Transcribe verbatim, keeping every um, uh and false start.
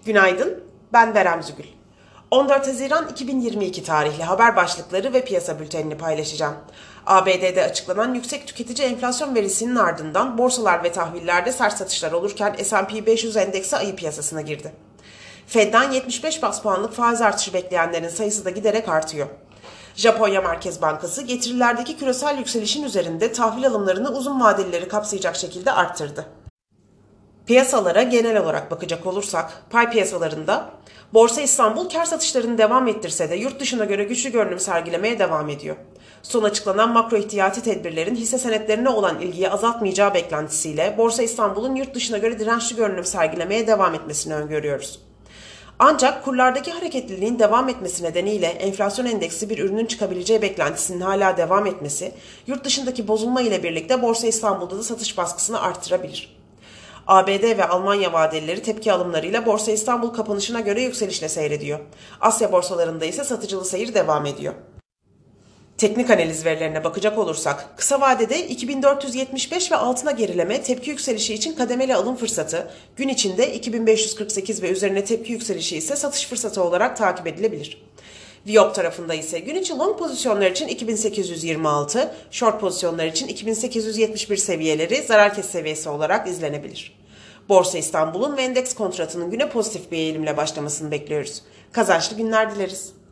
Günaydın, ben Berem Zügül. on dört Haziran iki bin yirmi iki tarihli haber başlıkları ve piyasa bültenini paylaşacağım. A B D'de açıklanan yüksek tüketici enflasyon verisinin ardından borsalar ve tahvillerde sert satışlar olurken S and P beş yüz endeksi ayı piyasasına girdi. Fed'den yetmiş beş bas puanlık faiz artışı bekleyenlerin sayısı da giderek artıyor. Japonya Merkez Bankası getirilerdeki küresel yükselişin üzerinde tahvil alımlarını uzun vadelileri kapsayacak şekilde arttırdı. Piyasalara genel olarak bakacak olursak, pay piyasalarında Borsa İstanbul kar satışlarını devam ettirse de yurt dışına göre güçlü görünüm sergilemeye devam ediyor. Son açıklanan makro ihtiyati tedbirlerin hisse senetlerine olan ilgiyi azaltmayacağı beklentisiyle Borsa İstanbul'un yurt dışına göre dirençli görünüm sergilemeye devam etmesini öngörüyoruz. Ancak kurlardaki hareketliliğin devam etmesi nedeniyle enflasyon endeksi bir ürünün çıkabileceği beklentisinin hala devam etmesi, yurt dışındaki bozulma ile birlikte Borsa İstanbul'da da satış baskısını arttırabilir. A B D ve Almanya vadelileri tepki alımlarıyla Borsa İstanbul kapanışına göre yükselişle seyrediyor. Asya borsalarında ise satıcılı seyir devam ediyor. Teknik analiz verilerine bakacak olursak, kısa vadede iki bin dört yüz yetmiş beş ve altına gerileme tepki yükselişi için kademeli alım fırsatı, gün içinde iki bin beş yüz kırk sekiz ve üzerine tepki yükselişi ise satış fırsatı olarak takip edilebilir. Viyop tarafında ise gün içi long pozisyonlar için iki bin sekiz yüz yirmi altı, short pozisyonlar için iki bin sekiz yüz yetmiş bir seviyeleri zarar kes seviyesi olarak izlenebilir. Borsa İstanbul'un ve endeks kontratının güne pozitif bir eğilimle başlamasını bekliyoruz. Kazançlı günler dileriz.